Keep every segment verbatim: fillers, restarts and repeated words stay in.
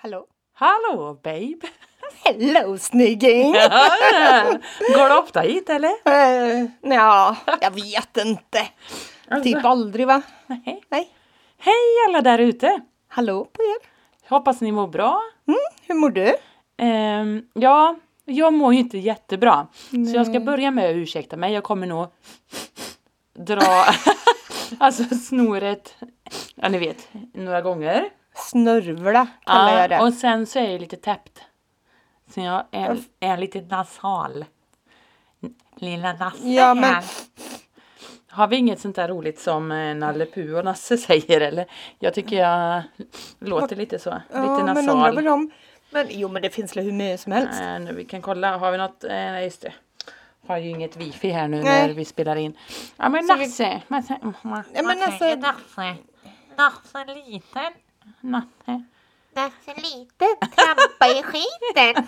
Hallå? Hallå, babe. Hello, snygging. Går du ofta hit, eller? Uh, ja, jag vet inte. Alltså. Typ aldrig, va? Nej. Nej. Hej alla där ute. Hallå på er. Hoppas ni mår bra. Mm, hur mår du? Um, ja, jag mår ju inte jättebra. Nej. Så jag ska börja med att ursäkta mig. Jag kommer nog dra alltså snoret, ja ni vet, några gånger. Snörvla kallar Ja, jag det. och sen så är jag lite täppt. Så jag är, är lite nasal. Lilla Nasse Ja, men... här. Har vi inget sånt där roligt som Nalle Puh och Nasse säger, eller? Jag tycker jag låter lite så. Ja, lite nasal. men undrar vad de... Men jo, men det finns väl hur mycket som helst. Äh, nu, vi kan kolla, har vi något? Eh, nej, just det. Har ju inget wifi här nu Nej. när vi spelar in. Ja, men Så Nasse. Vi... Nasse. Ja, men alltså... Nasse. Nasse liten. Nasse. Nasse liten, trampa i skiten.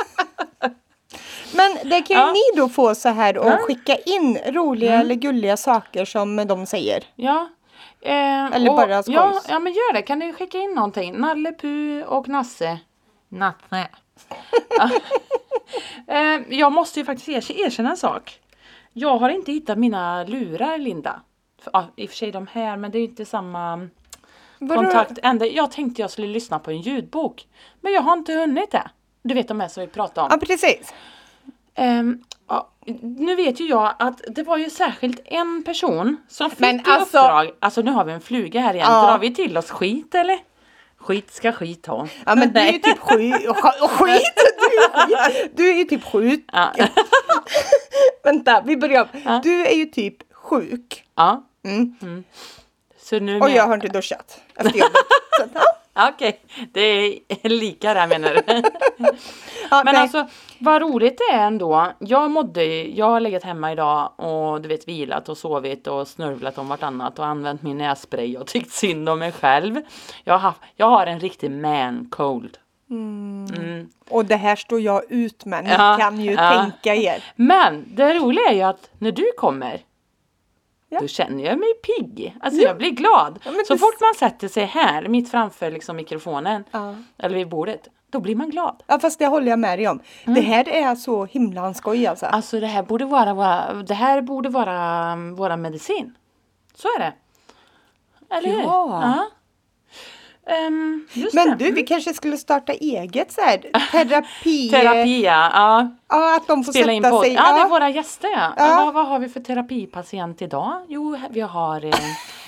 Men det kan ju Ja. ni då få så här och Ja. skicka in roliga Mm. eller gulliga saker som de säger. Ja. Eh, Eller och, bara skojs. ja, ja, men gör det. Kan ni skicka in någonting? Nalle Puh och Nasse. Nasse. Ja. eh, jag måste ju faktiskt erk- erkänna en sak. Jag har inte hittat mina lurar, Linda. För, ja, i och för sig de här, men det är ju inte samma Vadå? kontakt. Ända, jag tänkte jag skulle lyssna på en ljudbok. Men jag har inte hunnit det. Du vet de här som vi pratade om. Ja, precis. Ehm, ja, nu vet ju jag att det var ju särskilt en person som fick Men i alltså- uppdrag. Alltså nu har vi en fluga här igen. Ja. Drar vi till oss skit eller? Skit ska skit ha. Ja, men du är ju typ sju... och skit! Du är, skit. Du är ju typ sjuk. Ja. Vänta, vi börjar. Ja. Du är ju typ sjuk. Ja. Mm. Så nu Och med... jag har inte duschat efter jobbet. Så, att, ja. Ja, okej, det är lika där menar du. Ja, Men nej. alltså, vad roligt det är ändå. Jag mådde, jag har legat hemma idag och du vet vilat och sovit och snörvlat om vartannat och använt min nässpray och tyckt synd om mig själv. Jag har, haft, jag har en riktig man cold. Mm. Mm. Och det här står jag ut med. Ni Ja, kan ju ja. tänka er. Men det roliga är ju att när du kommer, Ja. då känner jag mig pigg. Alltså jag blir glad. Ja, men Så det- fort man sätter sig här, mitt framför liksom mikrofonen, Ja. eller vid bordet, då blir man glad. Ja, fast det håller jag med dig om. Det här är så himla skoj alltså. Alltså det här borde vara, våra, det här borde vara um, våra medicin. Så är det. Eller hur? Ja. Ja. Ehm, just Men det. du, vi kanske skulle starta eget så här. Terapi. Terapi, ja. ja. Ja, att de får Spela in sätta podd. sig. Ja, det är våra gäster, ja. Ja. ja vad, vad har vi för terapipatient idag? Jo, vi har... Eh,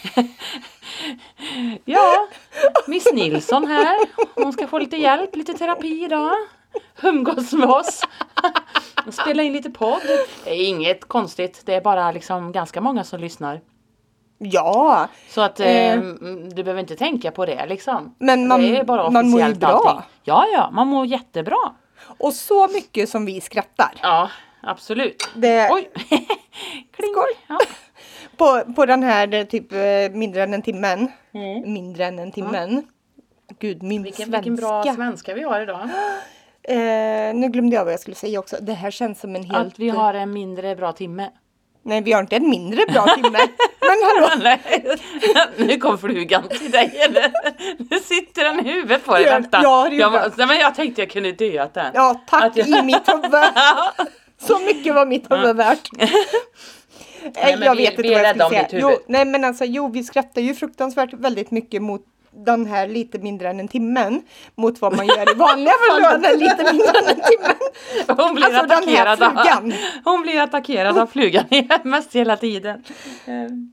ja, Miss Nilsson här. Hon ska få lite hjälp, lite terapi idag. Umgås med oss. Spela in lite podd. Det är inget konstigt. Det är bara liksom ganska många som lyssnar. Ja, Så att eh, Eh. mm, du behöver inte tänka på det liksom. Men man- det är bara man mår ju officiellt bra. allting. Ja, ja, man mår jättebra. och så mycket som vi skrattar. Ja, absolut. Det, Oj! Kling. Skål. Ja. på, på den här eh, typ eh, mindre än en timmen. Mm. Mindre än en timmen. Gud, min Vilken, svenska. vilken bra svenska vi har idag. Eh, nu glömde jag vad jag skulle säga också. Det här känns som en helt... Att vi har en mindre bra timme. Nej, vi har inte en mindre bra timme. Men hallå! Nej, nu kom flugan till dig. Eller? Nu sitter den i huvudet på dig. Ja, Vänta. ja, det jag, gjorde var- nej, men jag tänkte jag kunde döat den. Ja, tack Att jag- i mitt huvud. Så mycket var mitt huvud värt. Nej, men jag vi- vet inte vi är vad jag rädda skulle om säga. ditt Jo, huvud. nej men alltså, jo, vi skrattar ju fruktansvärt väldigt mycket mot den här lite mindre än en timmen. Mot vad man gör i vanliga fall. Den här lite mindre än en timmen. Hon blir Alltså, den här attackerad av, flugan. hon blir attackerad av flugan mest hela tiden. Ehm,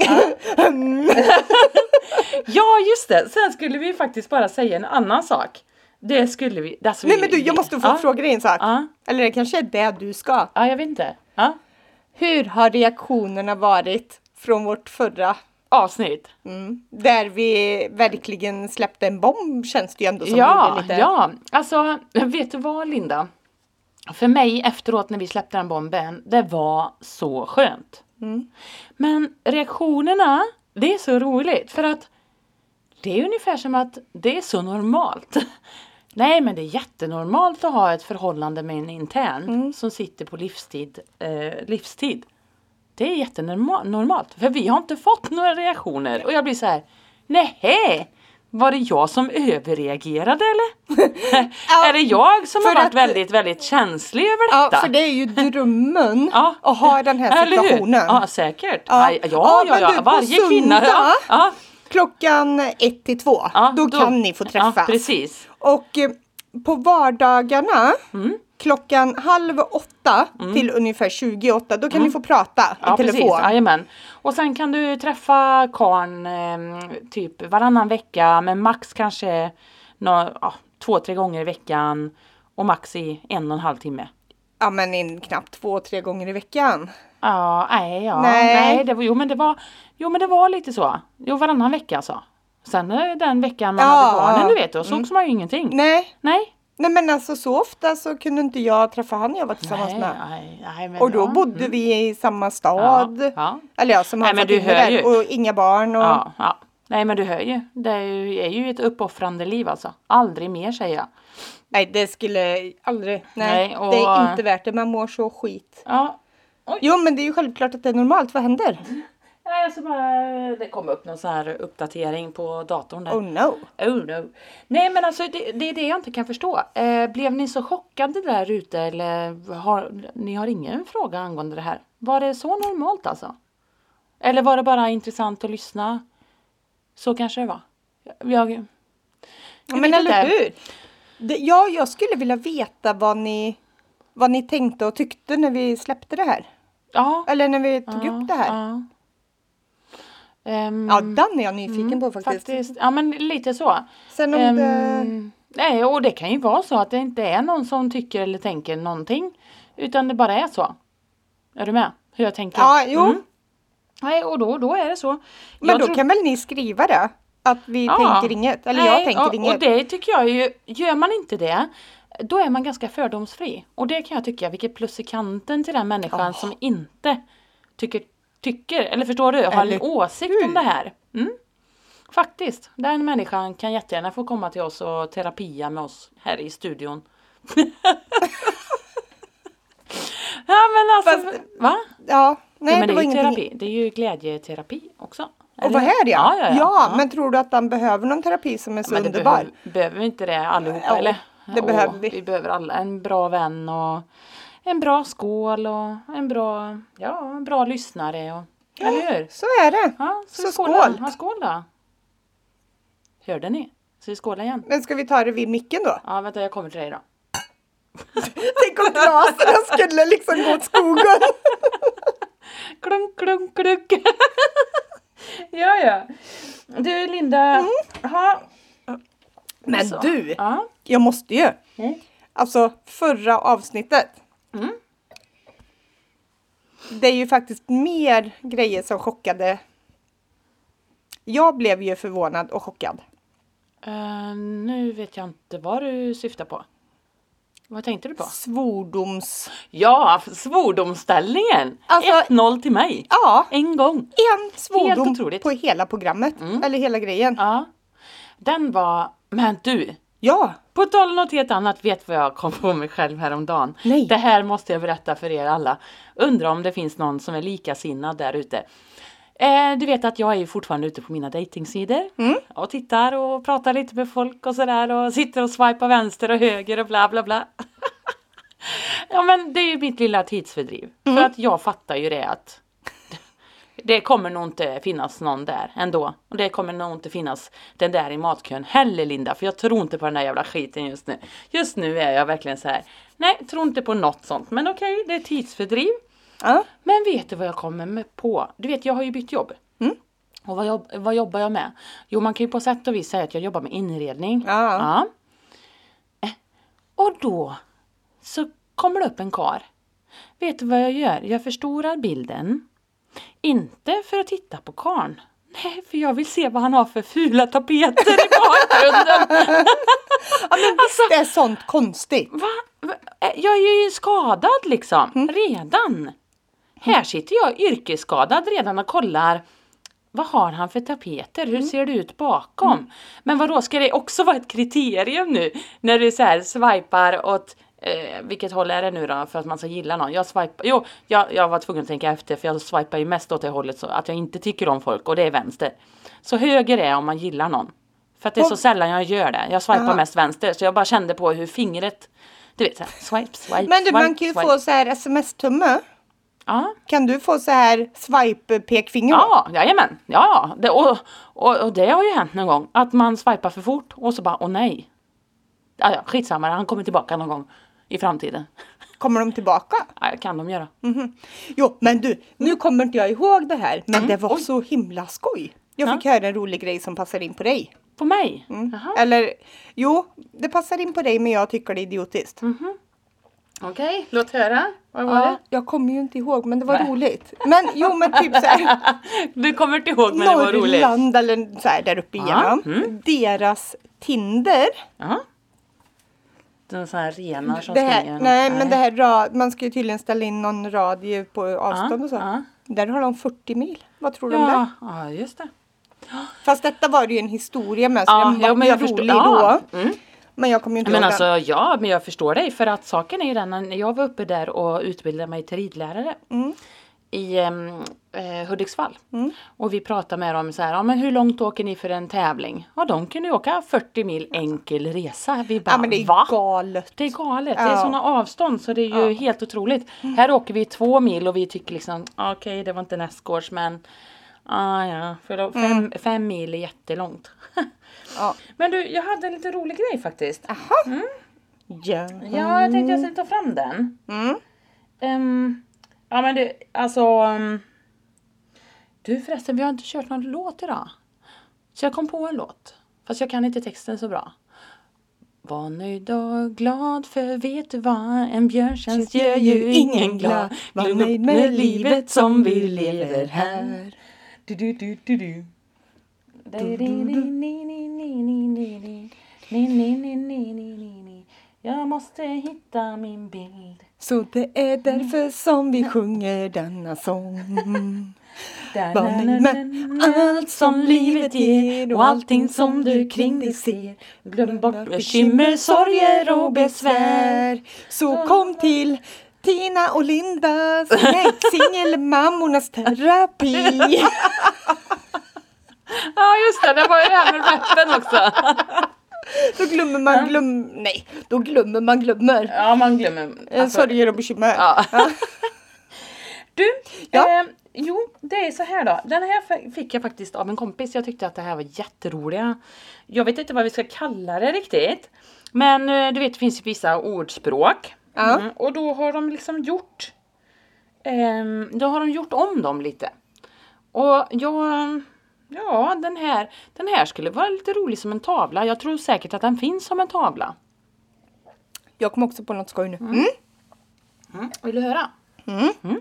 Ja, just det. Sen skulle vi faktiskt bara säga en annan sak. Det skulle vi... Alltså Nej vi- men du, jag måste få ja. fråga dig en sak. Ja. Eller det kanske är det du ska. Ja, jag vet inte. Ja. Hur har reaktionerna varit från vårt förra? Avsnitt. Mm. Där vi verkligen släppte en bomb, känns det ju ändå som. Ja, gjorde lite... ja. Alltså, vet du vad, Linda? För mig efteråt när vi släppte den bomben, det var så skönt. Mm. Men reaktionerna, det är så roligt. För att det är ungefär som att det är så normalt. Nej, men det är jättenormalt att ha ett förhållande med en intern Mm. som sitter på livstid. Eh, livstid. Det är jättenormalt. För vi har inte fått några reaktioner. Och jag blir så här, nej, Var det jag som överreagerade eller? Ja, är det jag som har för varit att- väldigt, väldigt känslig över Ja, detta? för det är ju drömmen Ja. att ha den här Eller hur? situationen. Ja, säkert. Ja. Ja, ja, Ja, ja, men ja. du, på Varje kvinna. söndag- Ja, ja, Klockan ett till två, ja, då, kan ni få träffas. Ja, precis. Och eh, på vardagarna, Mm. klockan halv åtta till ungefär tjugoåtta, då kan ni få prata i Ja, precis. telefon. Jajamän. Och sen kan du träffa karln eh, typ varannan vecka, men max kanske nå, ja, två, tre gånger i veckan och max i en och en halv timme. Ja, men in knappt två, tre gånger i veckan. Ja, nej, ja. Nej. nej det var, jo, men det var, jo, men det var lite så. Jo, varannan vecka alltså. Sen eh, den veckan man Ja, hade barnen, ja. du vet, då sågs man ju ingenting. Nej, Nej. nej men alltså så ofta så kunde inte jag träffa han jag var tillsammans Nej, med. nej, nej, men Och då ja. bodde vi i samma stad. Ja, ja. Eller ja, som Nej, han men satt du inne hör där. ju. Och inga barn. Och... Ja, ja. Nej, men du hör ju. Det är ju, är ju ett uppoffrande liv alltså. Aldrig mer, säger jag. Nej, det skulle aldrig. Nej, Nej, och- det är inte värt det. Man mår så skit. Ja. Jo, men det är ju självklart att det är normalt. Vad händer? Nej, alltså bara, det kom upp någon så här uppdatering på datorn där. Oh no. Oh no. Nej, men alltså det, det är det jag inte kan förstå. Eh, blev ni så chockade där ute eller har ni har ingen fråga angående det här? Var det så normalt alltså? Eller var det bara intressant att lyssna? Så kanske det var. Jag, jag Ja, men vet eller inte. hur? Det, ja, jag skulle vilja veta vad ni, vad ni tänkte och tyckte när vi släppte det här. Ja. Eller när vi tog ja, upp det här. Ja. Ehm, Ja, den är jag nyfiken på faktiskt. faktiskt. Ja, men lite så. Sen om Ehm, det... Nej, och det kan ju vara så att det inte är någon som tycker eller tänker någonting. Utan det bara är så. Är du med? Hur jag tänker? Ja, jo. Mm. Nej, och då, då är det så. Men Jag då tror- kan väl ni skriva det? Att vi Ja. tänker inget. Eller Nej, jag tänker och, inget. Och det tycker jag ju, gör man inte det, då är man ganska fördomsfri. Och det kan jag tycka, vilket plus i kanten till den människan som inte tycker, tycker, eller förstår du, har Eller en åsikt hur? om det här. Mm. Faktiskt, den människan kan jättegärna få komma till oss och terapia med oss här i studion. Ja, men alltså, Fast- va? Ja, nej Ja, men det det var är ju ingenting. terapi. Det är ju glädjeterapi också. Och Eller vad hur? här ja. Ja, ja, ja. men tror du att han behöver någon terapi som är så Men det underbar? behöver, behöver vi inte det allihopa Ja, eller? det Och behöver vi. Vi behöver alla en bra vän och en bra skål och en bra, ja, en bra lyssnare. Och, eller hur? Så är det. Ja, så, Så vi skåla. skål. Ja, skål då. Hörde ni? Så vi skålar igen. Men ska vi ta det vid micken då? Ja, vänta, jag kommer till dig då. Tänk om glasen skulle liksom gå åt skogen. Klunk, klunk, klunk. Ja, ja. Du, Linda. Ha. Men Så. du, Ja. jag måste ju. Mm. Alltså förra avsnittet. Mm. Det är ju faktiskt mer grejer som chockade. Jag blev ju förvånad och chockad. Eh, nu vet jag inte vad du syftar på. Vad tänkte du på? Svordoms... Ja, svordomsställningen. Alltså- ett noll till mig. Ja, En gång. en svordom otroligt. på hela programmet. Eller hela grejen. Ja. Den var... Men du. Ja. På tal om något helt annat, vet vad jag kom på mig själv häromdagen. Nej. Det här måste jag berätta för er alla. Undrar om det finns någon som är likasinnad där ute. Eh, du vet att jag är ju fortfarande ute på mina datingsidor. Mm. Och tittar och pratar lite med folk och sådär. Och sitter och swipar vänster och höger och bla bla bla. Ja, men det är ju mitt lilla tidsfördriv. Mm. För att jag fattar ju det att det kommer nog inte finnas någon där ändå. Och det kommer nog inte finnas den där i matkön heller, Linda. För jag tror inte på den där jävla skiten just nu. Just nu är jag verkligen så här. Nej, tror inte på något sånt. Men okej, det är tidsfördriv. Ja. Men vet du vad jag kommer med på? Du vet, jag har ju bytt jobb. Mm. Och vad, jobb, vad jobbar jag med? Jo, man kan ju på sätt och vis säga att jag jobbar med inredning. Ja. Ja. Eh, Och då så kommer det upp en kar. Vet du vad jag gör? Jag förstorar bilden. Inte för att titta på karn. Nej, för jag vill se vad han har för fula tapeter i bakgrunden. Ja, men visst är sånt konstigt. Va? Va? Eh, Jag är ju skadad liksom. Redan. Här sitter jag yrkesskadad redan och kollar. Vad har han för tapeter? Hur ser det ut bakom? Men vad då ska det också vara ett kriterium nu? När du så här swipar åt... Eh, vilket håll är det nu då? För att man ska gilla någon. Jag swipar... Jo, jag, jag var tvungen att tänka efter. För jag swipar ju mest åt det hållet. Så att jag inte tycker om folk. Och det är vänster. Så höger är om man gillar någon. För att det är så Och- sällan jag gör det. Jag swipar Aha. mest vänster. Så jag bara kände på hur fingret, du vet så här, swipe, swipe, Men du, swipe, man kan ju swipe. få så här sms-tumme. Ja, Kan du få så här swipe-pekfinger? ja, jajamän. Ja, det, och, och, och det har ju hänt någon gång. Att man swipar för fort och så bara, åh nej. Ja, ja, skitsamma, han kommer tillbaka någon gång i framtiden. Kommer de tillbaka? Ja, kan de göra. Jo, men du, nu kommer inte jag ihåg det här. Men det var Oj. så himla skoj. Jag Ja. fick höra en rolig grej som passar in på dig. På mig? Mm. Jaha. Eller, jo, det passar in på dig men jag tycker det är idiotiskt. Okej, låt höra. Vad var Ja, jag kommer ju inte ihåg men det var Nej. roligt. Men jo, men typ så här. det? Du kommer inte ihåg men det var roligt. Norrland eller så här där uppe Ja, igenom. mm. Deras Tinder. Ja. Den sån här renar som Det här, springer. nej, men det här ra- man ska ju tydligen ställa in någon radie på avstånd Ja, och så. ja. Där har de fyrtio mil. Vad tror du om det? Ja, ja, just det. Fast detta var det ju en historia med så Ja, den ja, var men ju jag förstår- rolig ja, då. mm. Men jag kommer ju inte Men ihåg alltså, den. ja, men jag förstår dig. För att saken är ju den, när jag var uppe där och utbildade mig till ridlärare Mm. i um, eh, Hudiksvall. Och vi pratade med dem så här, ja men hur långt åker ni för en tävling? Ja, de kunde ju åka fyrtio mil enkel resa. Vi bara, Ja men det är va? galet. Det är galet. Det Ja. är sådana avstånd så det är ju Ja. helt otroligt. Här åker vi två mil och vi tycker liksom, okej okay, det var inte nästgårds men ah, ja, för då, fem, Mm. fem mil är jättelångt. Ja. Men du, jag hade en lite rolig grej faktiskt. Jaha. Ja. Ja, jag tänkte jag skulle ta fram den. Mm. Ehm, ja men det, alltså. Um, du förresten, vi har inte kört någon låt idag. Så jag kom på en låt. Fast jag kan inte texten så bra. Var nöjd och glad för vet du vad, en björntjänst gör ju ingen glad. Var nöjd med livet som vi lever här. Du, du, du, du, du. Ni, ni, ni, ni, ni, ni, ni, ni. Ni, ni, ni, ni, ni, ni, ni. Jag måste hitta min bild. Så det är därför som vi sjunger denna sång. Var nöjd med allt som livet ger och allting som du kring dig ser. Glöm bort bekymmer, sorger och besvär. Så kom till Tina och Lindas singelmammornas terapi. Ja just det, det var ju det här med rappen också. Då glömmer man glöm... Nej, då glömmer man glömmer. Ja man glömmer. Eh, Sorger och bekymmer. Ja. Du, Ja. eh, jo det är så här då. Den här f- fick jag faktiskt av en kompis. Jag tyckte att det här var jätteroliga. Jag vet inte vad vi ska kalla det riktigt. Men eh, du vet det finns ju vissa ordspråk. Ja. Mm, och då har de liksom gjort. ehm, då har de gjort om dem lite. Och jag... Ja, den här, den här skulle vara lite rolig som en tavla. Jag tror säkert att den finns som en tavla. Jag kom också på något skoj nu. Mm. Mm. Vill du höra? Mm. Mm.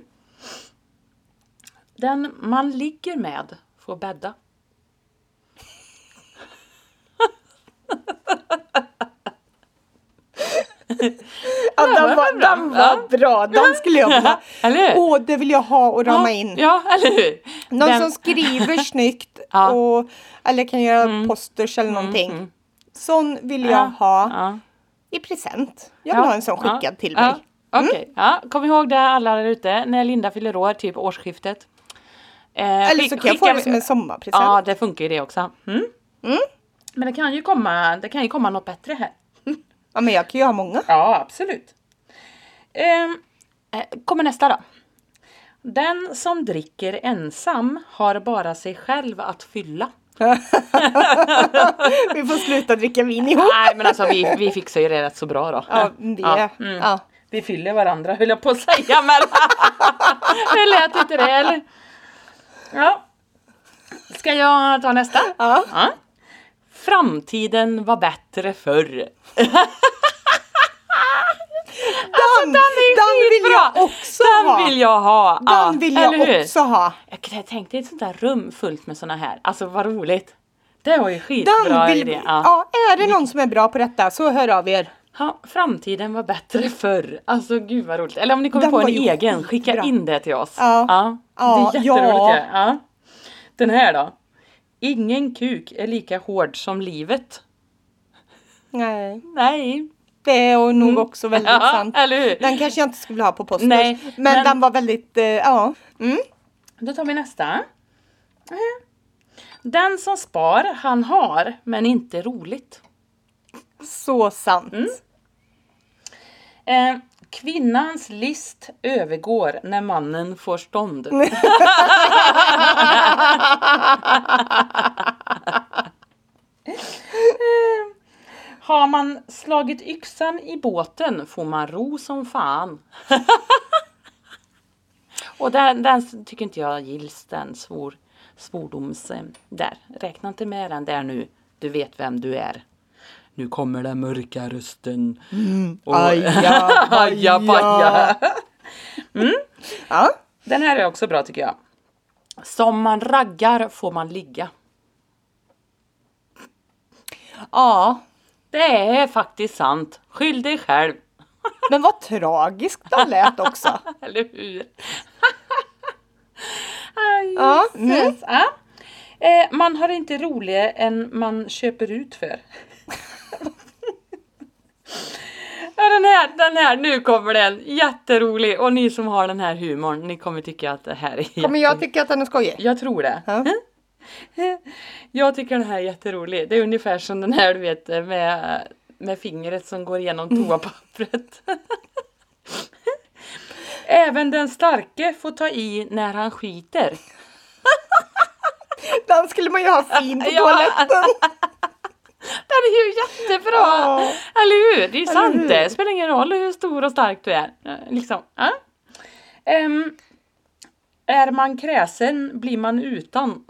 Den man ligger med får bädda. Ja, den var var, bra. den var bra. Den skulle jag vilja. Eller hur? Åh, det vill jag ha och rama in. Ja, eller hur? Någon Den- som skriver snyggt Ja. och, eller kan göra posters eller någonting. mm. Sån vill jag Ja, ha ja. i present. Jag vill Ja, ha en sån skickad ja, till ja. mig. Okej, ja. Kom ihåg det alla där ute. När Linda fyller år, typ årsskiftet. Eh, Eller skick- så kan jag få skicka- det som en sommarpresent. Ja, det funkar ju det också. Mm. Mm. Men det kan ju komma, det kan ju komma något bättre här. Ja, men jag kan ju ha många. Ja, absolut. Ehm, eh, kommer nästa då. Den som dricker ensam har bara sig själv att fylla. Vi får sluta dricka vin ihop. Nej, men alltså vi, vi fixar ju det rätt så bra då. Ja, det. Ja, Ja. mm. Vi fyller varandra, höll jag på att säga, men det lät inte det, eller? Ja. Ska jag ta nästa? Ja. Ja. Framtiden var bättre förr. Den, den är den vill skitbra. jag också Den ha. vill jag ha. Ja, Den vill eller hur? jag också ha. Jag tänkte ett sånt där rum fullt med såna här. Alltså vad roligt. Det var ju skitbra Den vill, idé. ja. Ja. Är det någon som är bra på detta så hör av er. Ja, framtiden var bättre förr. Alltså gud vad roligt. Eller om ni kommer Den på en var ju egen, skicka skitbra. in det till oss. Ja. Ja, Ja, det är jätteroligt. ja. Ja. Ja. Den här då. Ingen kuk är lika hård som livet. Nej, Nej. det är nog också väldigt Ja, sant. eller hur? Den kanske jag inte skulle ha på posten. Nej, men, men- den var väldigt, eh, ja. Mm. Då tar vi nästa. Mhm. Den som spar, han har, men inte roligt. Så sant. Mm. Eh, kvinnans list övergår när mannen får stånd. Har man slagit yxan i båten får man ro som fan. Och den, den tycker inte jag gills, den svor, svordoms där. Räkna inte med den där nu. Du vet vem du är. Nu kommer den mörka rösten. Mm. Och Aja, aja, baja. Mm. Ja. Den här är också bra tycker jag. Som man raggar får man ligga. Ja. Det är faktiskt sant. Skyll dig själv. Men vad tragiskt den lät också. Eller hur? Aj, Ja, Jesus. Ja. Eh, man har inte roligare än man köper ut för. Ja, den här, den här, nu kommer den. Jätterolig. Och ni som har den här humorn, ni kommer tycka att det här är jätte... Kommer jag tycka att den är skojig? Jag tror det. Ja. Jag tycker den här är jätterolig. Det är ungefär som den här, du vet, med, med fingret som går igenom toapappret. Även den starke får ta i när han skiter. Den skulle man ju ha fin på Ja. toaletten. Den är ju jättebra. Ja. Eller hur? Det är ju Eller sant hur? det. Spelar ingen roll hur stor och stark du är. Eh, Liksom. Ja. Ehm, är man kräsen blir man utan.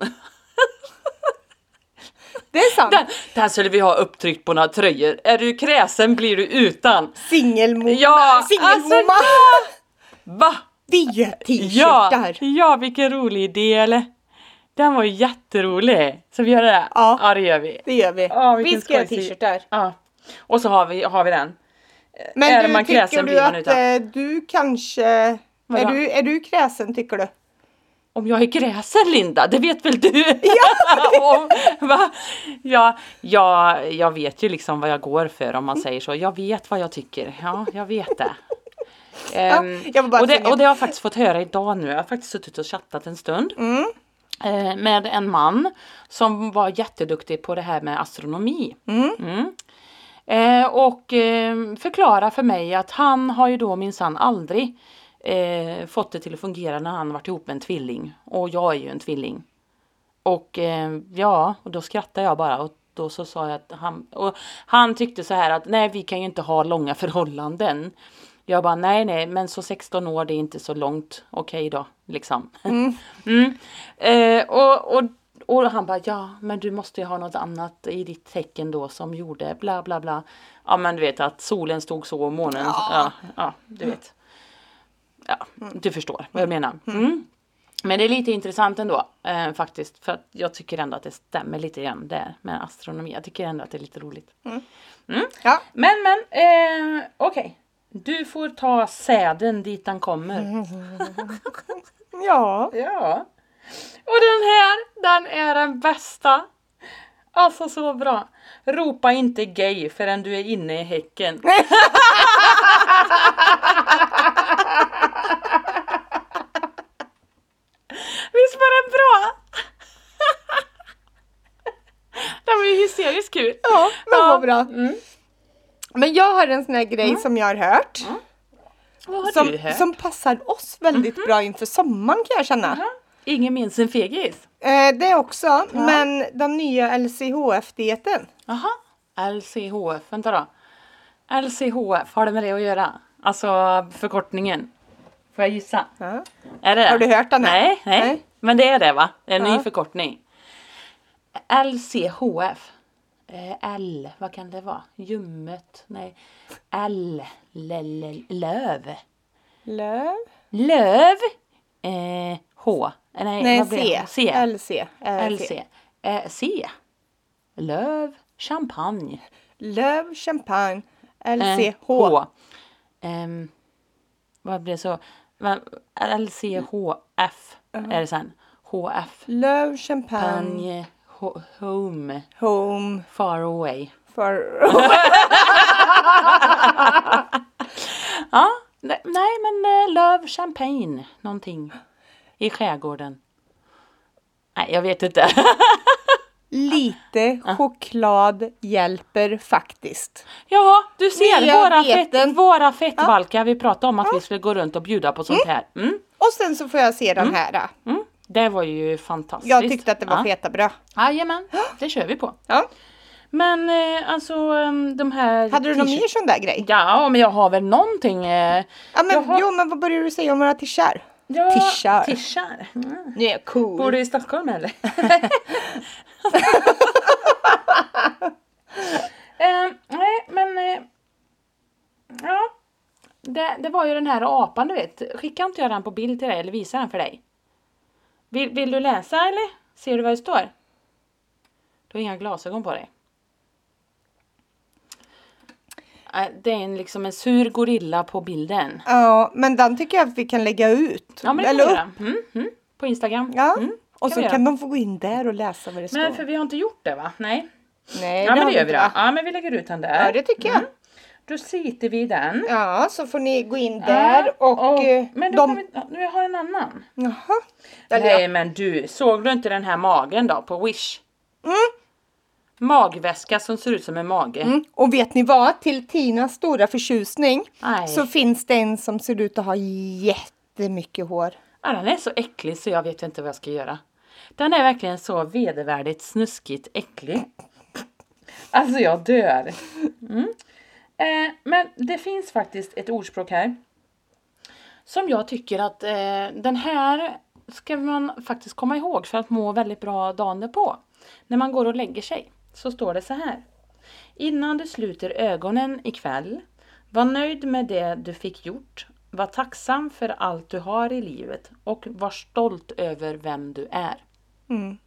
Det är sant. Den, den skulle vi ha upptryckt på några tröjor. Är du kräsen blir du utan. Singelmomma. Ja, Singelmomma. alltså, Va? Det är ju Ja, t-shirtar. ja, vilken rolig idé eller? Den var ju jätterolig. Så vi gör det där? Ja. Ja, det gör vi. Det gör vi. Ja, vilken vi ska göra skojsig- t-shirtar. Ja. Och så har vi, har vi den. Men Är du, man tycker kräsen du blir man att utan. eh, du kanske... Är Vadå? du, är du kräsen tycker du? Om jag är gräsen, Linda, det vet väl du? Ja! Om, va? Ja, ja, jag vet ju liksom vad jag går för om man säger så. Jag vet vad jag tycker. Ja, jag vet det. Ehm, jag var bara och, det tvungen. och det har jag faktiskt fått höra idag nu. Jag har faktiskt suttit och chattat en stund. Mm. eh, Med en man som var jätteduktig på det här med astronomi. Mm. Mm. Eh, och eh, förklara för mig att han har ju då minsann aldrig eh, fått det till att fungera när han varit ihop med en tvilling. Och jag är ju en tvilling. Och eh, ja, och då skrattade jag bara. Och då så sa jag att han, och han tyckte så här att nej, vi kan ju inte ha långa förhållanden. Jag bara nej, nej, men så sexton år det är inte så långt. Okej då, liksom. Mm. mm. Eh, och, och Och han bara, ja men du måste ju ha något annat i ditt tecken då som gjorde bla bla bla. Ja men du vet att solen stod så och månen, ja, ja, ja du vet. Ja, du förstår vad jag menar. Mm. Men det är lite intressant ändå eh, faktiskt. För att jag tycker ändå att det stämmer lite grann där med astronomi. Jag tycker ändå att det är lite roligt. Mm. Mm. Ja. Men men, eh, okej. Okay. Du får ta säden dit den kommer. Ja. Ja. Och den här, den är den bästa. Alltså så bra. Ropa inte gay förrän du är inne i häcken. Visst var den bra? Den var ju hysteriskt kul. Ja, men Ja. vad bra. Mm. Men jag har en sån här grej som jag har hört. Mm. Vad har Som, du här? som passar oss väldigt bra inför sommaren kan jag känna. Aha. Ingen minns en fegis. Eh, det också, men den nya L C H F-dieten. Jaha. L C H F, vänta då. L C H F, har det med det att göra? Alltså förkortningen. Får jag gissa? Ja. Är det det? Har du hört den här? Nej, nej, Nej. men det är det va? Det är en Ja. ny förkortning. L C H F. Eh, L, vad kan det vara? Ljummet, nej. L, l, l löv. Löv? Löv. Eh, H. Nej, Nej, vad blir C. det? C. L C. Eh, L C. Eh, C. Löv, champagne. Löv, champagne, L Eh, C H. H. Ehm, vad blir det så? Va- L C H F är det sen. H F. Löv, champagne, Panje, ho- home, home, far away. for... Ja, ne- nej men eh, löv, champagne, någonting i skärgården. Nej, jag vet inte. lite choklad hjälper faktiskt. Ja, du ser Nya våra, veten. fett, våra fettvalkar. Vi pratade om att vi skulle gå runt och bjuda på sånt här. Mm. Och sen så får jag se den här. Mm. Det var ju fantastiskt. Jag tyckte att det var ja. fetabröd. Jajamän, det kör vi på. Ja. Men eh, alltså um, de här... Hade du någon t-shirt- mer sån där grej? Ja, men jag har väl någonting. Eh, Ja, men, jag har- Jo, men vad börjar du säga om våra tishar? ja, Tishar. Tishar. Mm. Nu är jag cool. Bor du i Stockholm eller? eh, nej, men... Eh, ja. Det, det var ju den här apan, du vet. Skickar inte jag den på bild till dig eller visar den för dig? Vill, vill du läsa eller? Ser du vad det står? Du har inga glasögon på dig. Äh, Det är en, liksom en sur gorilla på bilden. Ja, men den tycker jag att vi kan lägga ut. Ja, men det kan Eller vi upp. göra. Mm, mm, på Instagram. Ja. Mm, Och kan så vi kan göra. de få gå in där och läsa vad det står. Men för vi har inte gjort det va? Nej. Nej, Ja men har det vi gör vi inte, då. va? Ja men vi lägger ut den där. Ja, det tycker jag. Mm. Då sitter vi i den. Ja, så får ni gå in där Ja, och, eh, men då de... kan vi, ja, nu har jag en annan. Jaha. Eller, Nej ja. men du, såg du inte den här magen då på Wish? Mm. Magväska som ser ut som en mage. Mm. Och vet ni vad? Till Tinas stora förtjusning Nej. så finns det en som ser ut att ha jättemycket hår. Ja, den är så äcklig så jag vet inte vad jag ska göra. Den är verkligen så vedervärdigt snuskigt äcklig. Alltså jag dör. Mm. Eh, men det finns faktiskt ett ordspråk här. Som jag tycker att eh, den här ska man faktiskt komma ihåg för att må väldigt bra dagen på. När man går och lägger sig så står det så här. Innan du sluter ögonen ikväll, var nöjd med det du fick gjort. Var tacksam för allt du har i livet och var stolt över vem du är. Mm.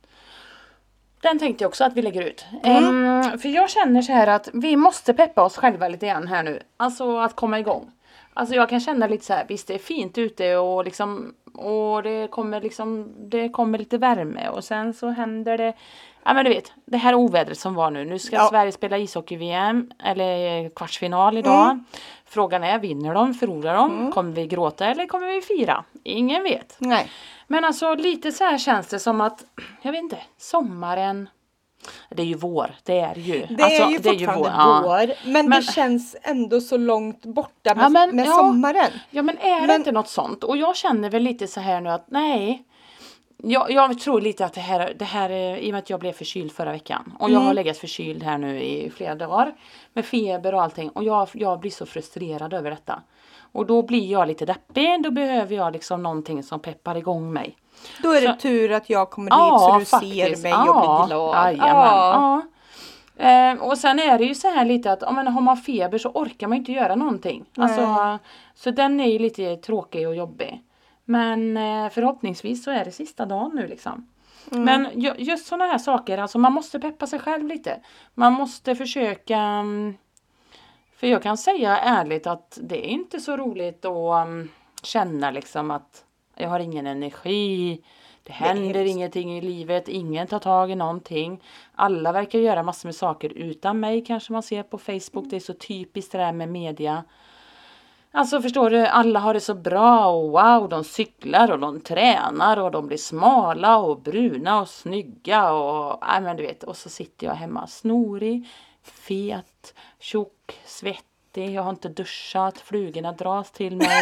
Den tänkte jag också att vi lägger ut. Mm, för jag känner så här att vi måste peppa oss själva lite grann här nu. Alltså att komma igång. Alltså jag kan känna lite så här, visst det är fint ute och liksom och det kommer liksom det kommer lite värme och sen så händer det. Ja men du vet, det här ovädret som var nu. Nu ska Ja. Sverige spela ishockey-V M eller kvartsfinal idag. Mm. Frågan är, vinner de, förlorar de? Mm. Kommer vi gråta eller kommer vi fira? Ingen vet. Nej. Men alltså lite så här känns det som att, jag vet inte, sommaren, det är ju vår, det är ju. Det alltså, är ju fortfarande ja. vår. Men, Men- det känns ändå så långt borta med, Ja, men- med ja. sommaren. Ja men är det Men- inte något sånt? Och jag känner väl lite så här nu att nej. Jag, jag tror lite att det här, det här, är- i och med att jag blev förkyld förra veckan. Och jag Mm. har legat förkyld här nu i flera dagar. Med feber och allting. Och jag, jag blir så frustrerad över detta. Och då blir jag lite deppig. Då behöver jag liksom någonting som peppar igång mig. Då är det Så- tur att jag kommer hit så du ser mig och blir glad. Jajamän, Ja. ja. Eh, och sen är det ju så här lite att om man har man feber så orkar man inte göra någonting. Alltså, så den är ju lite tråkig och jobbig. Men eh, förhoppningsvis så är det sista dagen nu liksom. Men ju- just sådana här saker, alltså man måste peppa sig själv lite. Man måste försöka... mm, För jag kan säga ärligt att det är inte så roligt att um, känna liksom att jag har ingen energi. Det händer hemskt. ingenting i livet. Ingen tar tag i någonting. Alla verkar göra massor med saker utan mig. Kanske man ser på Facebook. Det är så typiskt det där med media. Alltså förstår du, alla har det så bra och wow, de cyklar och de tränar och de blir smala och bruna och snygga och nej men du vet, och så sitter jag hemma snorig, fet, tjock, svettig, jag har inte duschat, flugorna dras till mig.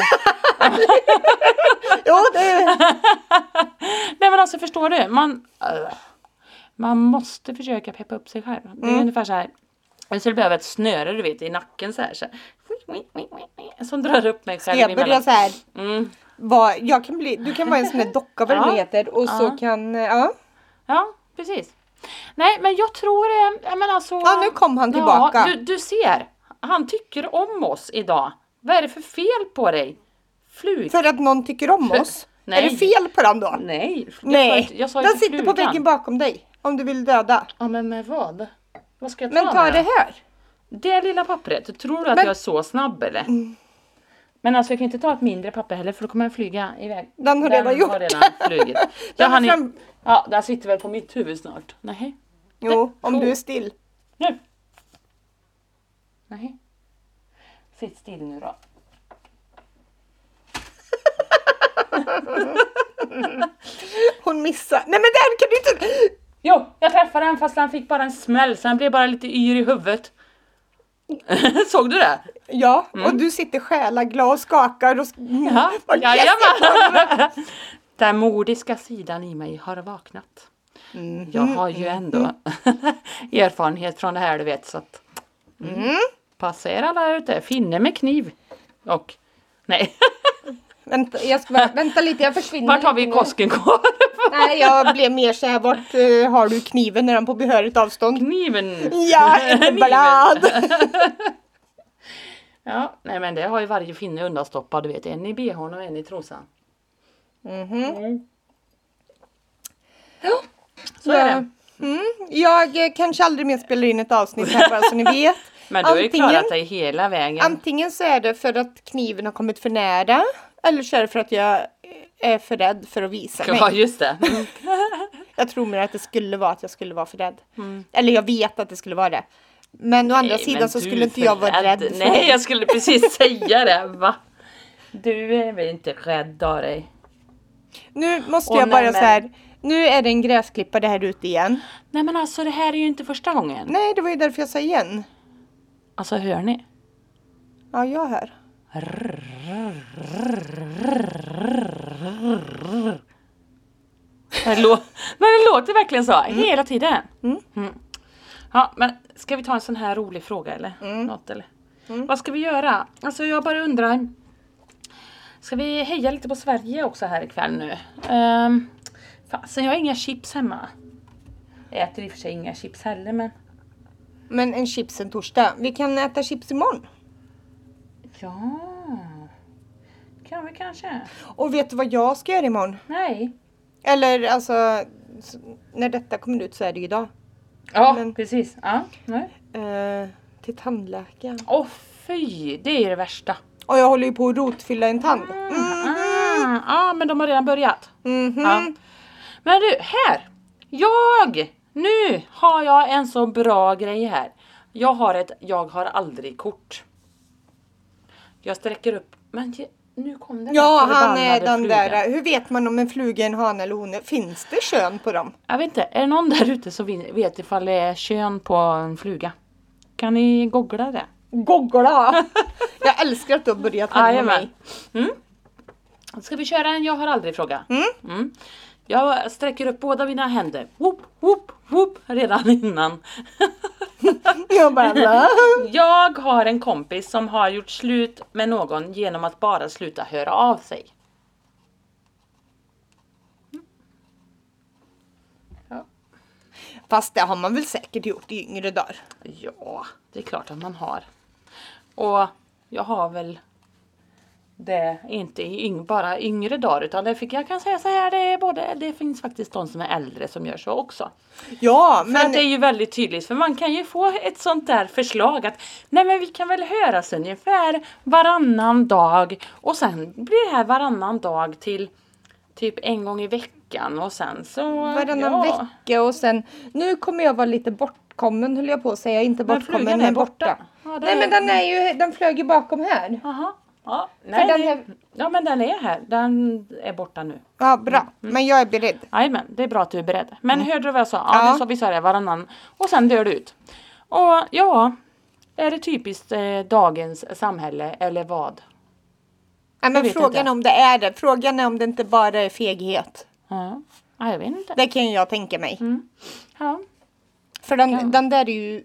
Jo, det Nej men alltså förstår du, man, uh, man måste försöka peppa upp sig själv. Det är Mm. ungefär så här, jag skulle behöva ett snöre du vet i nacken så här, så här som drar upp mig själv jag börjar emellan. så här. Mm. Vad, jag kan bli, du kan vara en sån där docka vad det Ja. nu heter. Och så Ja. kan, ja. Ja, precis. Nej, men jag tror det, jag menar alltså... Ja, nu kom han tillbaka. Ja, du, du ser, han tycker om oss idag. Vad är det för fel på dig? Flug. För att någon tycker om För- oss. Nej. Är det fel på den då? Nej. jag sa Nej, inte- Jag sa ju den för sitter på flugan. väggen bakom dig. Om du vill döda. Ja, men med vad? Vad ska jag ta Men ta med det då? här. Det lilla pappret, tror du att Men- jag är så snabb eller? Men alltså jag kan inte ta ett mindre papper heller för då kommer den flyga iväg. Den har redan gjort. har redan flugit. Den Jag är hann fram- fram... Ja, den sitter väl på mitt huvud snart. Nej. Jo, om cool. du är still. Nu. Nej. Sitt still nu då. Hon missar. Nej men där kan du inte. Jo, jag träffade den fast han fick bara en smäll. Så han blev bara lite yr i huvudet. Såg du det? Ja, mm. och du sitter själaglad och skakar. Och sk- ja, ja, jajamän. Den modiska sidan i mig har vaknat. Mm. Jag har ju ändå mm. erfarenhet från det här, du vet. Så att, mm. Passa er alla ute. Finne med kniv. Och, nej. Vänta, jag ska bara, vänta lite, jag försvinner. Vart har vi kosken kvar? Nej, jag blev mer så här, vart uh, har du kniven när den på behörigt avstånd? Kniven! Ja, en blad! Ja, nej men det har ju varje finne undanstoppad, du vet. En i behån och en i trosan. Mhm. Mm. Ja, så är det. Mm. Jag kanske aldrig mer spelar in ett avsnitt här, bara så ni vet. Men du har ju klarat dig hela vägen. Antingen så är det för att kniven har kommit för nära. Eller så är det för att jag är för rädd för att visa mig. Ja, just det. Mm. Jag tror mer att det skulle vara att jag skulle vara för rädd. Mm. Eller jag vet att det skulle vara det. Men å andra Nej, sidan så skulle inte jag vara rädd. rädd för Nej, jag skulle precis säga det. Va? Du är väl inte rädd av dig? Nu måste jag Åh, bara nej, så här. Nu är det en gräsklippare här ute igen. Nej, men alltså det här är ju inte första gången. Nej, det var ju därför jag sa igen. Alltså, hör ni? Ja, jag hör. Det lå- men det låter verkligen så. Mm. Hela tiden. Mm. Mm. Ja, men ska vi ta en sån här rolig fråga eller? Mm. Något, eller? Mm. Vad ska vi göra? Alltså jag bara undrar. Ska vi heja lite på Sverige också här ikväll nu? Um, Fasen, jag har inga chips hemma. Jag äter i och för sig inga chips heller, men... Men en chips en torsdag. Vi kan äta chips imorgon. Ja. Kan vi kanske. Och vet du vad jag ska göra imorgon? Nej. Eller alltså, när detta kommer ut så är det ju idag. Ja, men, precis. Ja, nej. Uh, till tandläkaren. Åh oh, fy, det är det värsta. Och jag håller ju på att rotfylla en tand. Mm. Mm. Ja, men de har redan börjat. Mm-hmm. Ja. Men du, här. Jag, nu har jag en så bra grej här. Jag har ett, jag har aldrig kort. Jag sträcker upp, men nu kom den. Ja, han är den flugan. Där. Hur vet man om en fluga är en han eller hon? Finns det kön på dem? Jag vet inte, är det någon där ute som vet ifall det är kön på en fluga? Kan ni googla det? Googla! Jag älskar att du har börjat med mig. Mm. Ska vi köra en jag har aldrig fråga? Mm. Mm. Jag sträcker upp båda mina händer. Whoop, whoop, whoop, redan innan. Jag bara... Jag har en kompis som har gjort slut med någon genom att bara sluta höra av sig. Ja. Fast det har man väl säkert gjort i yngre dagar. Ja, det är klart att man har. Och jag har väl det inte i yng, bara yngre dagar, utan det fick jag kan säga så här, det är både, det finns faktiskt de som är äldre som gör så också. Ja, men men det är ju väldigt tydligt, för man kan ju få ett sånt där förslag att nej men vi kan väl höras ungefär varannan dag och sen blir det här varannan dag till typ en gång i veckan och sen så varannan ja. vecka och sen nu kommer jag vara lite bortkommen, höll jag på att säga, inte bortkommen men, men borta. borta. Ja, nej är... men den är ju den flög ju bakom här. Aha. Ja, nej, den det, är... ja, men den är här. Den är borta nu. Ja, bra. Mm. Men jag är beredd. Nej, men det är bra att du är beredd. Men mm. hörde du vad jag sa? Ja, ja. Du sa vi sa det varannan. Och sen dör du ut. Och ja, är det typiskt eh, dagens samhälle eller vad? Ja, men frågan inte. Om det är det. Frågan är om det inte bara är feghet. Ja, ja jag vet inte. Det kan jag tänka mig. Mm. Ja. För den, ja. den där är ju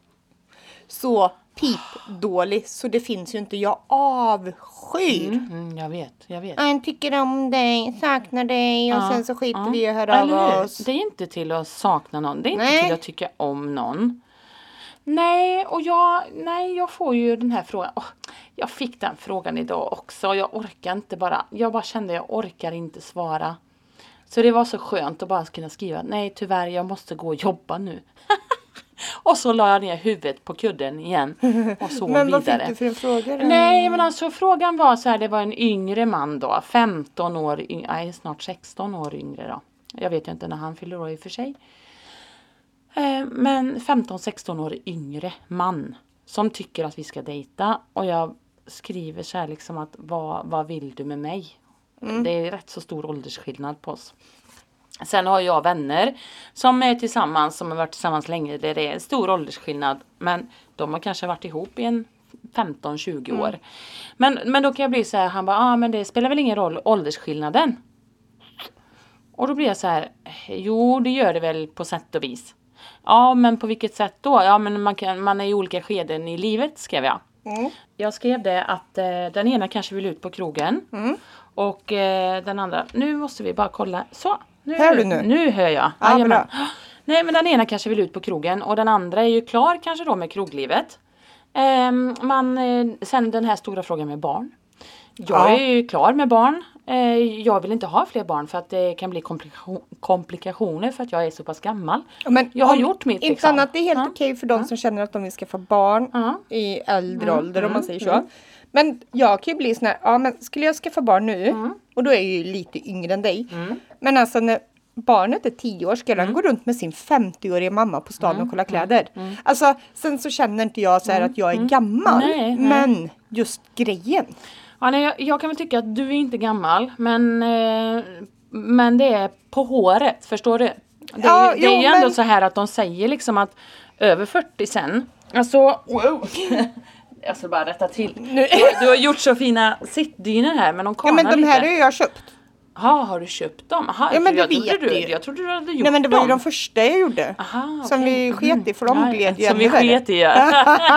så pipdålig så det finns ju inte. Jag avskyr. Mm, mm, jag vet, jag vet. Jag tycker om dig, saknar dig och ja, sen så skiter ja. vi och hör av oss. Det är inte till att sakna någon. Det är inte nej. till att tycka om någon. Nej, och jag, nej, jag får ju den här frågan. Oh, jag fick den frågan idag också. Jag orkar inte bara. Jag bara kände jag orkar inte svara. Så det var så skönt att bara kunna skriva. Nej, tyvärr, jag måste gå och jobba nu. Och så la jag ner huvudet på kudden igen och så men vidare. Men vad fick du för en fråga då? Nej, men alltså frågan var så här, det var en yngre man då, femton år, nej snart sexton år yngre då. Jag vet ju inte när han fyller år i och för sig. Eh, men femton sexton år yngre man som tycker att vi ska dejta. Och jag skriver så här liksom att vad, vad vill du med mig? Mm. Det är rätt så stor åldersskillnad på oss. Sen har jag vänner som är tillsammans, som har varit tillsammans länge. Där det är en stor åldersskillnad. Men de har kanske varit ihop i en femton tjugo år. Mm. Men, men då kan jag bli så här, han bara, ah, men det spelar väl ingen roll åldersskillnaden. Och då blir jag så här, jo det gör det väl på sätt och vis. Ja, men på vilket sätt då? Ja, men man, kan, man är i olika skeden i livet, skrev jag. Mm. Jag skrev det att eh, den ena kanske vill ut på krogen. Mm. Och eh, den andra, nu måste vi bara kolla. Så, nu hör du nu? Nu hör jag. Ja, bra. Nej, men den ena kanske vill ut på krogen. Och den andra är ju klar kanske då med kroglivet. Eh, man, eh, sen den här stora frågan med barn. Jag ja. är ju klar med barn. Eh, jag vill inte ha fler barn för att det kan bli komplikation, komplikationer för att jag är så pass gammal. Men jag har gjort mitt. Inte liksom. annat, det är helt ja. okej för de ja. som känner att de vill skaffa barn ja. i äldre mm. ålder, om man säger så. Mm. Men jag kan ju bli sån här, ja men skulle jag skaffa barn nu, mm. och då är jag ju lite yngre än dig. Mm. Men alltså när barnet är tio år ska mm. den gå runt med sin femtio-åriga mamma på stan mm. och kolla kläder. Mm. Alltså sen så känner inte jag så här mm. att jag är gammal. Nej, nej. Men just grejen. Ja, nej, jag, jag kan väl tycka att du är inte gammal, men, eh, men det är på håret, förstår du? Det, ja, det jo, är ju ändå men... så här att de säger liksom att över fyrtio sen, alltså, wow. Jag ska bara rätta till. Du, du har gjort så fina sittdyner här, men de kanar lite. Ja, men de här lite. har jag köpt. Ja, har du köpt dem? Aha, ja, men det jag, vet trodde du, ju. jag trodde du hade gjort Nej, men det var dem. ju de första jag gjorde. Aha, som okay. vi sket i, för de mm. gled ju Som vi sket i, ja.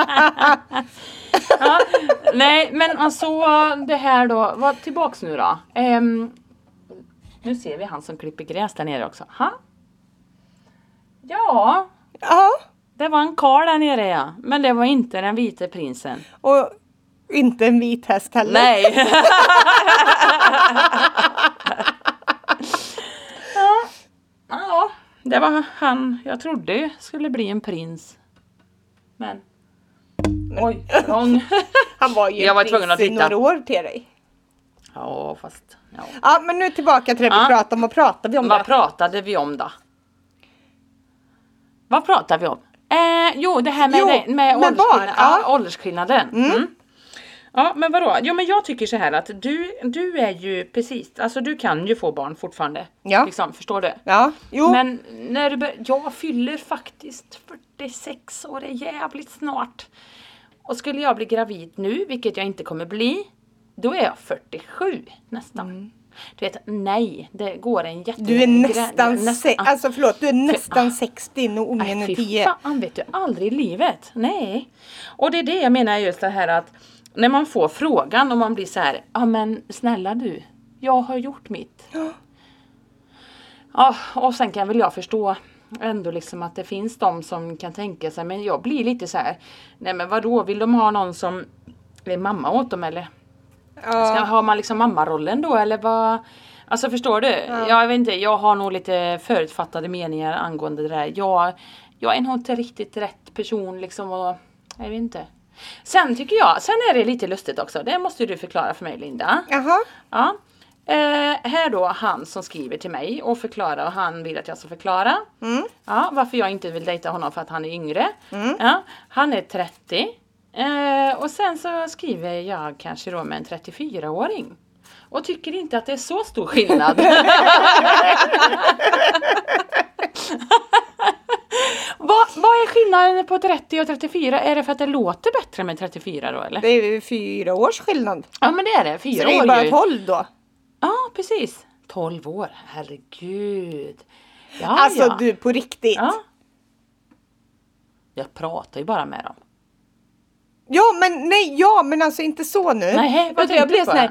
Ja, nej, men alltså det här då, vad tillbaks nu då. Um, nu ser vi han som klipper gräs där nere också. Ha? Ja. Ja. Det var en karl där nere, ja. Men det var inte den vita prinsen. Och inte en vit häst heller. Nej. Ja. Ja, det var han jag trodde skulle bli en prins. Men oj, lång. Han var ju jag var tvungen att i titta. några år till dig. Ja, fast... Ja, ja men nu tillbaka till det vi ja. pratade om. Vad pratade vi om Vad det? pratade vi om då? Vad pratade vi om? Eh, jo, det här med, jo, det, med, med åldersskillnaden. barn, ja. Ja, åldersskillnaden. Mm. Mm. Ja, men vadå? Jo, men jag tycker så här att du, du är ju precis... Alltså, du kan ju få barn fortfarande. Ja. Liksom, förstår du? Ja, jo. Men när du bör, jag fyller faktiskt fyrtiosex och det är jävligt snart. Och skulle jag bli gravid nu, vilket jag inte kommer bli, då är jag fyrtiosju nästan. Mm. Du vet, nej, det går en jätte... Du är nästan, nästan se- alltså förlåt, du är nästan för, sextio när ungen är tio. Fan, vet du, aldrig i livet. Nej. Och det är det jag menar just det här att när man får frågan och man blir så här, ja men snälla du, jag har gjort mitt. Ja. Ja, och sen kan väl jag förstå ändå liksom att det finns de som kan tänka sig, men jag blir lite så här, nej men vadå, vill de ha någon som är mamma åt dem eller? Ja. Ska ha man liksom mammarollen då eller vad? Alltså förstår du? Ja. Jag vet inte, jag har nog lite förutfattade meningar angående det där. Jag, jag är nog inte riktigt rätt person liksom och jag vet inte. Sen tycker jag, sen är det lite lustigt också. Det måste du förklara för mig, Linda. Jaha. Ja. Eh, här då han som skriver till mig och förklarar och han vill att jag ska förklara. Mm. Ja, varför jag inte vill dejta honom för att han är yngre. Mm. Ja, han är trettio. Eh, och sen så skriver jag kanske då med en trettiofyraåring. Och tycker inte att det är så stor skillnad. Vad, vad är skillnaden på trettio och trettiofyra? Är det för att det låter bättre med trettiofyra då eller? Det är fyra års skillnad. Ja men det är det, fyra så det är år bara ju. tolv då? Ja precis, tolv år, herregud. Ja, alltså ja. Du på riktigt. Ja. Jag pratar ju bara med dem. Ja men nej, ja men alltså inte så nu. Nej, vad jag blev sån här.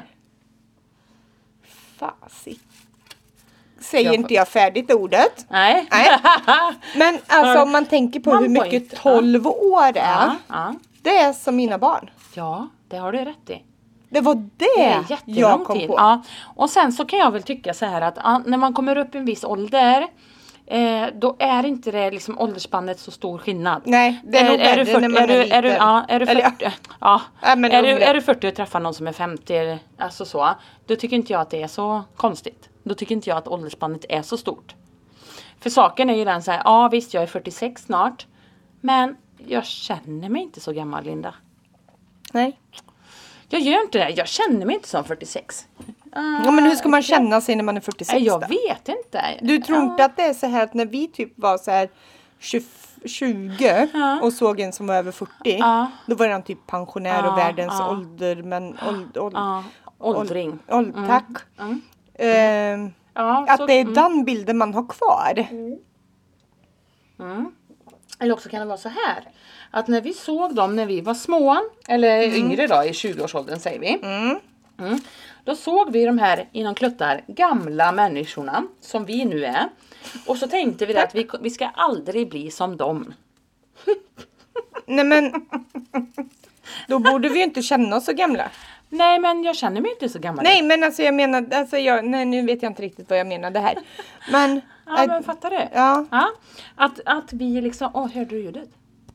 Fasik. Säger jag inte jag färdigt ordet. Nej. Nej. Men alltså om man tänker på man hur mycket inte. tolv år är. Ja, ja. Det är som mina barn. Ja, det har du rätt i. Det var det, det jag kom tid. på. Ja. Och sen så kan jag väl tycka så här att ja, när man kommer upp i en viss ålder. Eh, då är inte det liksom åldersspannet så stor skillnad. Nej, det är nog är, är du fyrtio, är du, är du, ja, är du fyrtio, Eller, ja. Ja, men är, du, är du fyrtio och träffar någon som är femtio, alltså så, då tycker inte jag att det är så konstigt. Då tycker inte jag att åldersspannet är så stort. För saken är ju den så här, ja visst jag är fyrtiosex snart, men jag känner mig inte så gammal, Linda. Nej. Jag gör inte det, jag känner mig inte som fyrtiosex. Ja, men hur ska man känna sig när man är fyrtiosex Nej, jag då? vet inte. Du tror Ja. inte att det är så här att när vi typ var så här tjugo, tjugo Ja. och såg en som var över fyrtio. Ja. Då var han typ pensionär Ja, och världens ja. ålder. Men åld, åld, Ja, åldring. åld, åld, tack. Mm. Ehm, Ja, att så- det är mm. den bilden man har kvar. Mm. Eller också kan det vara så här. Att när vi såg dem när vi var små. Eller yngre då, i tjugo-årsåldern säger vi. Mm. Mm. Då såg vi de här inom kluttar gamla människorna. Som vi nu är. Och så tänkte vi det att vi, vi ska aldrig bli som dem. Nej men. Då borde vi ju inte känna oss så gamla. Nej, men jag känner mig inte så gammal. Nej men alltså jag menar. Alltså jag, nej nu vet jag inte riktigt vad jag menade här. Men. Ja, äh, men fattar du? ja. Ja, att, att vi liksom, åh, hörde du ljudet?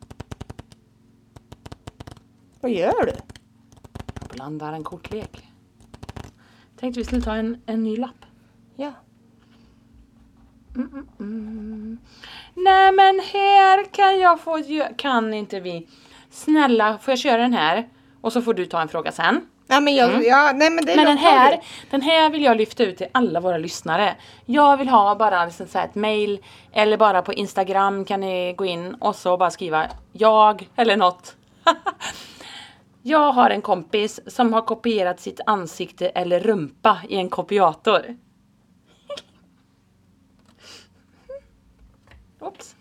Vad gör du? Jag blandar en kortlek. Tänkte vi skulle ta en, en ny lapp. Ja. Nej, men här kan jag få, gö- kan inte vi. Snälla, får jag köra den här? Och så får du ta en fråga sen. Ja men jag, ja nej men det är Men den lugnt, ta här, det. den här vill jag lyfta ut till alla våra lyssnare. Jag vill ha bara liksom så här ett mail. Eller bara på Instagram kan ni gå in och så bara skriva jag eller något. Jag har en kompis som har kopierat sitt ansikte eller rumpa i en kopiator. Oops.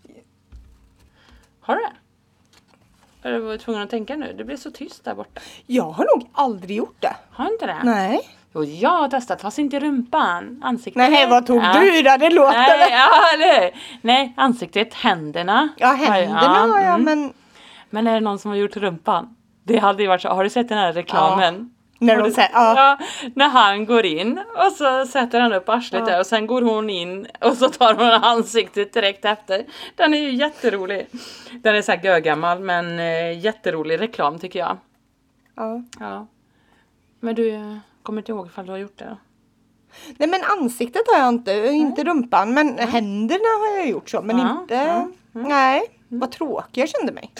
Har du det? Eller var du tvungen att tänka nu? Det blev så tyst där borta. Jag har nog aldrig gjort det. Har inte det? Nej. Jo, jag har testat. Fast inte rumpan. Ansiktet. Nej vad tog Ja. du då? Det låter. Nej, ja, eller? Nej, ansiktet, händerna. Ja händerna har jag mm. men. Men är det någon som har gjort rumpan? Det hade ju varit så. Har du sett den här reklamen? När Har de du- säger ja. Ja, när han går in och så sätter han upp arslet Ja. där och sen går hon in och så tar hon ansiktet direkt efter. Den är ju jätterolig. Den är så här gögammal men eh, jätterolig reklam tycker jag. Ja. Ja. Men du eh, kommer inte ihåg ifall du har gjort det då? Nej men ansiktet har jag inte, inte rumpan men händerna har jag gjort så men Ja, inte. ja, mm. Nej. Vad tråkig jag kände mig.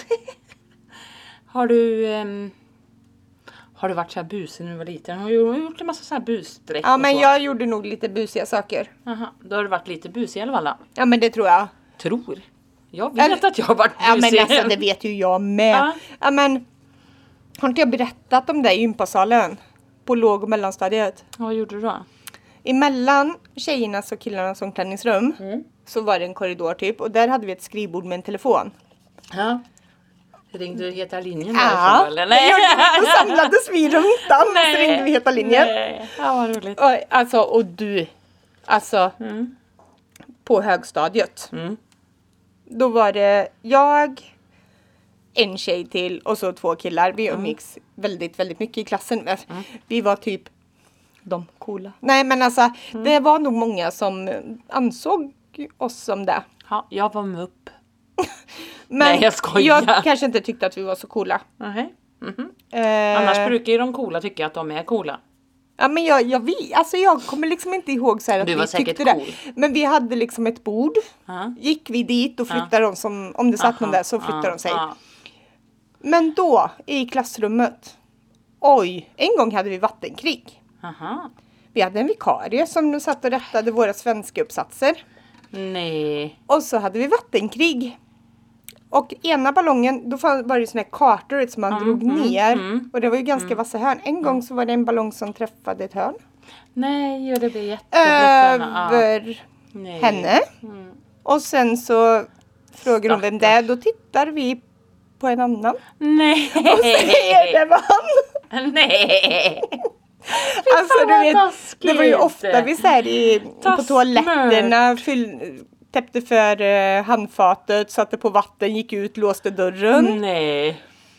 Har du ehm, Har du varit så här busig när du var liten? Har du gjort en massa så här busstreck Ja och men så? jag gjorde nog lite busiga saker. Aha, då har du varit lite busig i alla fall då. Ja men det tror jag. Tror. Jag vet Eller- att jag har varit Ja busig. men alltså det vet ju jag med. Ja. Ja, men. Har inte jag berättat om det i gympasalen? På låg- och mellanstadiet. Vad gjorde du då? Emellan tjejernas och killarnas omklädningsrum. Mm. Så var det en korridor typ. Och där hade vi ett skrivbord med en telefon. Ja. Ringde du Heta linjen Ja. därifrån, eller? Nej. Då samlades vi runt den. Och så ringde vi Heta linjen. Nej. Ja, vad roligt. Och, alltså och du. Alltså. Mm. På högstadiet. Mm. Då var det jag. En tjej till och så två killar. Vi umgicks väldigt, väldigt mycket i klassen. Vi var typ de coola. Nej men alltså det var nog många som ansåg oss som det. Ja, jag var mupp. Men Nej, jag skojar. jag kanske inte tyckte att vi var så coola. Nej. Mhm. Eh, Annars brukar ju de coola tycka att de är coola. Ja men jag, jag, vi, alltså jag kommer liksom inte ihåg så här att Du var vi säkert tyckte det. cool. Men vi hade liksom ett bord. Ja. Gick vi dit och flyttade de som, om det satt någon Aha, där så flyttade ja, de sig. ja. Men då i klassrummet. Oj, en gång hade vi vattenkrig. Aha. Vi hade en vikarie som satt och rättade våra svenska uppsatser. Nej. Och så hade vi vattenkrig. Och ena ballongen, då fann- var det såna här kartor som man Mm, drog mm, ner. mm. Och det var ju ganska vassa hörn. En gång så var det en ballong som träffade ett hörn. Nej, och det blir jätteblött. Över Nej. henne. Mm. Och sen så frågar hon vem det är. Då tittar vi på en annan. Nej. Och säger det var han. Nej. Alltså fan du vad vet, taskigt. det var ju ofta vi så här i, på Taskmört. toaletterna fyll, täppte för eh, handfatet, satte på vatten, gick ut, låste dörren. Nej.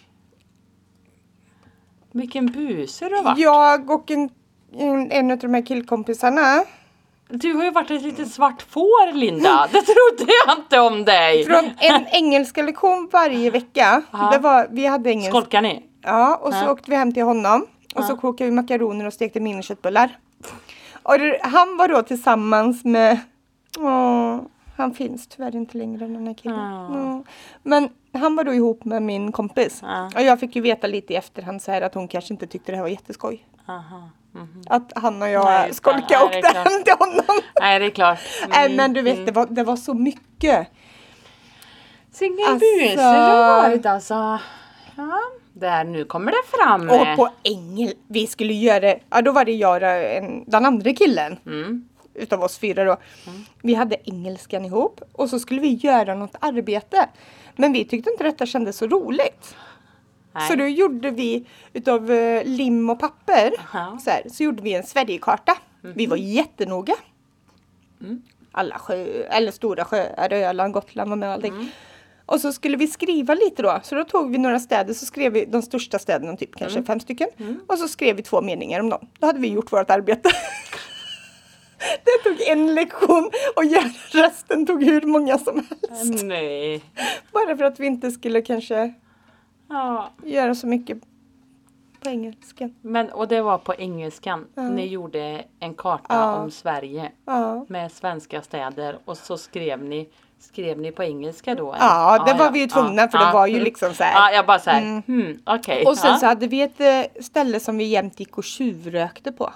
Vilken buse du har varit. Jag och en, en, en av de här killkompisarna Du har ju varit ett litet svart får, Linda. Det trodde jag inte om dig. från en engelska lektion varje vecka. Ja. Det var, vi hade engelska. Skolkar ni? Ja, och så Ja. åkte vi hem till honom. Och så kokade vi makaroner och stekte miniköttbullar. Och det, han var då tillsammans med... Åh, han finns tyvärr inte längre, den här killen. Ja. Mm. Men han var då ihop med min kompis. Ja. Och jag fick ju veta lite i efterhand så här att hon kanske inte tyckte det här var jätteskoj. Aha. Mm-hmm. Att han och jag Nej, skolkade nej, och det är åkte klart. hem till honom. Nej, det är klart. Nej, men du vet, det var, det var så mycket. Singelbus Alltså- har det varit alltså. Ja, där nu kommer det fram. Och på engel, vi skulle göra, ja då var det jag och en, den andra killen. Mm. Utav oss fyra då. Mm. Vi hade engelskan ihop. Och så skulle vi göra något arbete. Men vi tyckte inte detta kändes så roligt. Nej. Så då gjorde vi utav eh, lim och papper. Aha. Så, här, så gjorde vi en Sverigekarta. Vi var jättenoga. Mm. Alla sjö, eller stora sjöar, Öland, Gotland var med och allting. Mm. Och så skulle vi skriva lite då. Så då tog vi några städer, så skrev vi de största städerna, typ kanske Mm. fem stycken. Mm. Och så skrev vi två meningar om dem. Då hade vi gjort vårt arbete. Det tog en lektion och resten tog hur många som helst. Nej. Bara för att vi inte skulle kanske Ja. göra så mycket på engelska. Men, och det var på engelskan. Ja. Ni gjorde en karta Ja. om Sverige. Ja, Med svenska städer. Och så skrev ni, skrev ni på engelska då? eller? ja det var vi ju tvungna för det var ju mm. liksom så här. Ja, jag bara så här. Mm. Hmm, okej. Och sen ja. så hade vi ett eh, ställe som vi jämt gick och tjuvrökte på.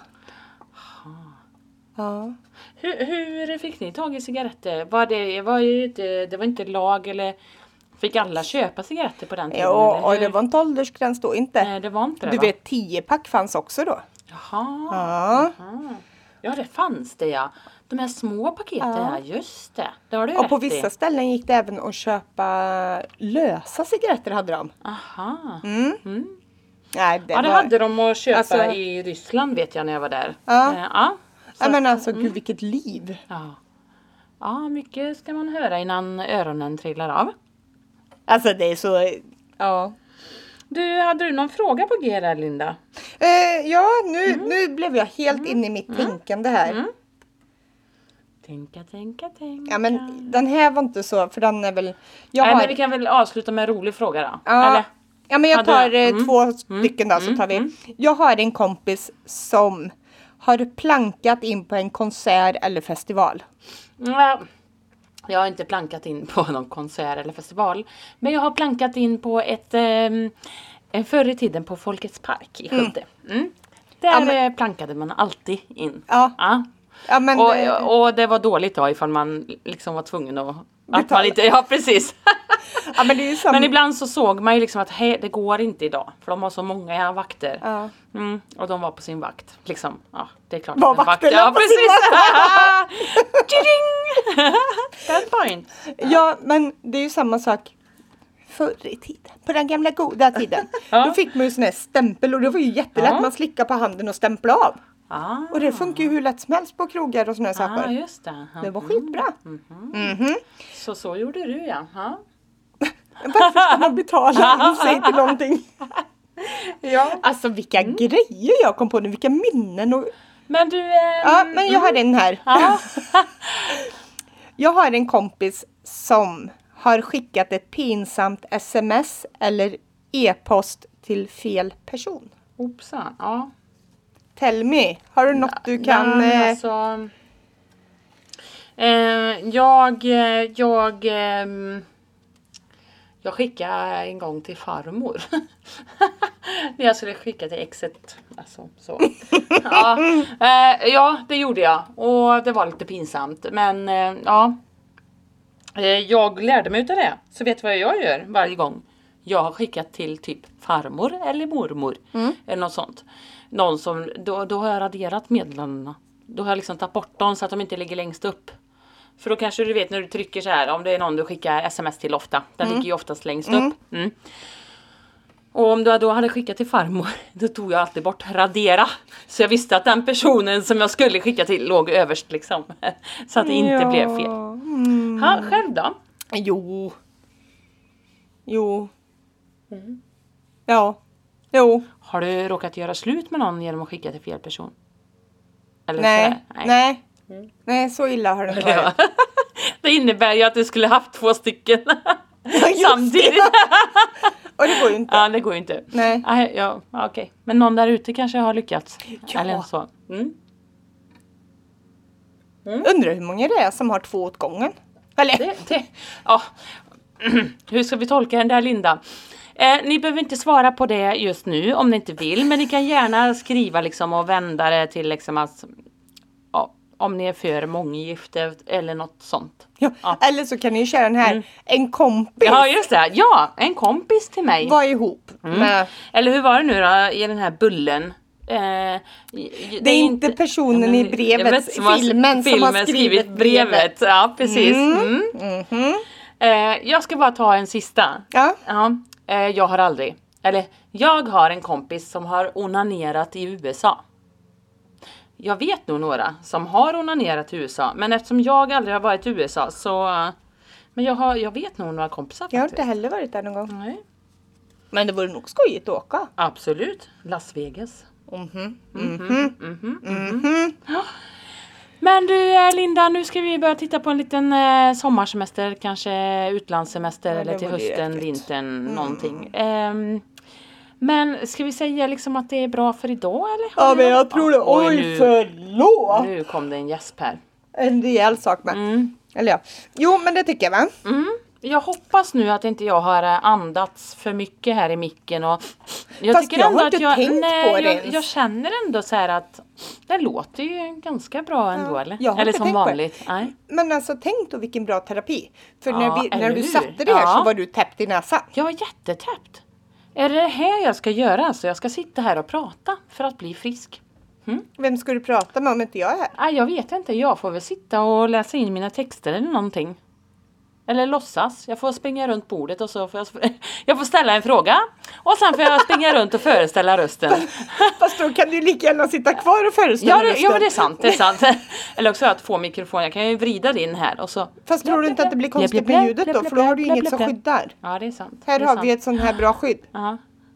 Ja. Hur, hur fick ni tag i cigaretter? Var det, var ju inte, det var inte lag eller fick alla köpa cigaretter på den tiden? Ja, eller och hur? det var inte åldersgräns då inte. Nej, det var inte det, Du va? vet, tio pack fanns också då. Jaha. Ja. Jaha. Ja, det fanns det ja. De här små paketen, Ja. ja. Just det. Det har du Och på rätt i. vissa ställen gick det även att köpa lösa cigaretter hade de. Aha. Mm. Mm. Nej, det Ja, det var... hade de att köpa Alltså- i Ryssland vet jag när jag var där. Ja. Eh, ja. Så Ja, men att- alltså gud vilket liv. ja. Ja, mycket ska man höra innan öronen trillar av. Alltså det är så... Ja. Du, hade du någon fråga på G där, Linda? Eh, ja, nu, nu blev jag helt inne i mitt tänkande här. Mm. Tänka, tänka, tänka. Ja, men den här var inte så, för den är väl... Jag Nej, har... men vi kan väl avsluta med en rolig fråga då? Ja. Eller? Ja, men jag Hade- tar eh, mm. två stycken då, så tar vi. Jag har en kompis som har plankat in på en konsert eller festival. Ja, jag har inte plankat in på någon konsert eller festival. Men jag har plankat in på ett... ehm, Eh, förr i tiden på Folkets park i Skövde. Mm. Där Ja, men- eh, plankade man alltid in. Ja, Ja. ja men... eh, Och, och det var dåligt då ifall man liksom var tvungen att... Att Betala. man inte, ja, precis. ja, men det är ju samma... Men ibland så såg man ju liksom att hej, det går inte idag. För de har så många vakter. Ja. Mm, och de var på sin vakt. Liksom. Ja, det är klart. Var att en vakt- vakterna Ja, på sin precis. Tjing! Bad point. Ja, men det är ju samma sak förr i tiden. På den gamla goda tiden. Ja. Då fick man ju sån här stämpel och det var ju jättelätt. Ja. Man slickade på handen och stämplade av. Ah. Och det funkar ju hur lätt som helst på krogar och såna här Ja, saker. just det. Det var skitbra. Mhm. Mhm. Så så gjorde du ja. ja. Varför ska man betala sig till någonting? ja. Alltså vilka Mm. grejer jag kom på nu. Vilka minnen. Och... Men du... ehm, Ja, men jag har en här. Ja. Jag har en kompis som har skickat ett pinsamt sms eller e-post till fel person. Hoppsan. Ja. Tell me, har du något du kan... Men, eh, alltså, eh, jag... eh, Jag... ehm, jag skickade en gång till farmor. När jag skulle skicka till exet. Alltså så. Ja, eh, ja, det gjorde jag. Och det var lite pinsamt. Men eh, ja. Eh, Jag lärde mig utav det. Så vet du vad jag gör varje gång? Jag har skickat till typ farmor eller mormor. Eller något sånt. Någon som, då, då har jag raderat meddelandena. Då har jag liksom tagit bort dem så att de inte ligger längst upp. För då kanske du vet när du trycker så här. Om det är någon du skickar sms till ofta. Den ligger ju oftast längst upp. Mm. Och om du då hade skickat till farmor. Då tog jag alltid bort radera. Så jag visste att den personen som jag skulle skicka till låg överst liksom. Så att det inte ja. blev fel. Mm. Ha, själv då? Jo. Jo. Mm. Ja. Jo. Har du råkat göra slut med någon genom att skicka till fel person? Eller Nej. sådär? Nej. Nej. så illa har det inte Ja. varit. Det innebär ju att du skulle haft två stycken Just samtidigt. Och det går ju inte. Ja, det går ju inte. Nej. Nej, ja, okej. Men någon där ute kanske har lyckats. Ja. Eller så. Mm. Undrar hur många det är som har två åt gången. Eller? Det, det, ja. Hur ska vi tolka den där, Linda? Eh, ni behöver inte svara på det just nu om ni inte vill. Men ni kan gärna skriva liksom och vända det till liksom att, ja, om ni är för månggifte eller något sånt. Ja. Ja. Eller så kan ni ju köra den här, en kompis Ja, just det. Ja, en kompis till mig. var ihop med... Eller hur var det nu då i den här bullen? Eh, det, Det är inte personen i brevet, som har- filmen som har skrivit brevet. Ja, precis. Mm. Mhm. Eh, jag ska bara ta en sista. Ja. Ja, eh, jag har aldrig. Eller, jag har en kompis som har onanerat i U S A. Jag vet nog några som har onanerat i U S A. Men eftersom jag aldrig har varit i U S A så... Men jag, har, jag vet nog några kompisar Jag har faktiskt. inte heller varit där någon gång. Nej. Men det vore nog skojigt att åka. Absolut. Las Vegas. Mhm. Men du eh, Linda, nu ska vi börja titta på en liten eh, sommarsemester, kanske utlandssemester Ja, eller det till vore ju hösten, häftigt. vintern, någonting. Ehm, men ska vi säga liksom att det är bra för idag eller? Ja, men jag tror det. Ja, oj, Oj, nu- förlåt! Nu kom det en gäsp här. En rejäl sak med. Mm. Eller ja. Jo, men det tycker jag va? Mm. Jag hoppas nu att inte jag har eh, andats för mycket här i micken och jag Fast jag har inte tänkt nej, på det jag, ens. jag känner ändå så här att det låter ju ganska bra ändå eller? jag har Eller inte som tänkt på det. vanligt. Nej. Men alltså tänk då vilken bra terapi. För Ja, när, vi, eller när du hur? satte det här Ja. så var du täppt i näsan. Jag var jättetäppt. Är det det här jag ska göra? Så jag ska sitta här och prata för att bli frisk. Vem ska du prata med om inte jag är här? Nej, jag vet inte. Jag får väl sitta och läsa in mina texter eller någonting. Eller låtsas. Jag får springa runt bordet och så får jag, jag får ställa en fråga. Och sen får jag springa runt och föreställa rösten. Fast då kan du lika gärna sitta kvar och föreställa Ja, det, rösten. ja men det är sant. Det är sant. Eller också att få mikrofon. Jag kan ju vrida din här och så. Fast tror du inte att det blir Blä, blä, konstigt blä, med ljudet blä, då? blä, För då har du blä, inget blä, som blä. skyddar. Ja, det är sant. Här det är har sant. vi ett sånt här bra skydd. Ja.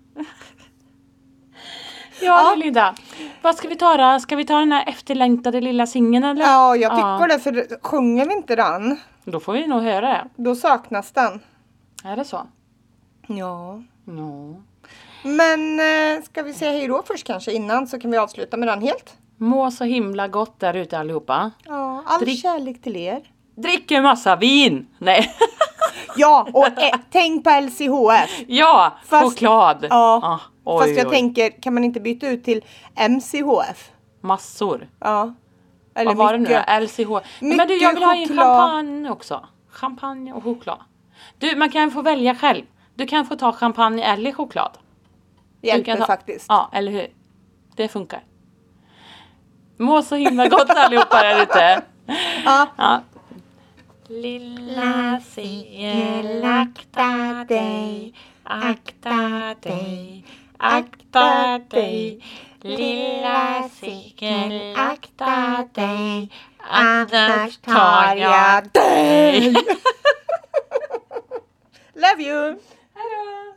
Ja, Linda. Vad ska vi ta då? Ska vi ta den här efterlängtade lilla singeln eller? Ja, jag tycker Ja. det. För sjunger vi inte den, Då får vi nog höra det. då saknas den. Är det så? Ja. Ja. Men eh, ska vi säga hej då först kanske innan så kan vi avsluta med den helt. Må så himla gott där ute allihopa. Ja, all Drick- kärlek till er. Drick en massa vin! Nej. Ja, och eh, tänk på L C H F. Ja, Fast- choklad. Ja, Ah, oj, fast jag oj. tänker, kan man inte byta ut till M C H F? Massor. Ja. Eller Vad var det nu då? mycket. L C H. Men du, mycket jag vill ha in choklad. champagne också. Champagne och choklad. Du, man kan få välja själv. Du kan få ta champagne eller choklad. Du Hjälper kan ta- faktiskt. Ja, eller hur? Det funkar. Må så himla gott allihopa där ute. Ja. Ja. Lilla singel, akta dig, akta dig, akta dig. Lilla singel, akta dig, annars tar jag dig. Love you! Hejdå!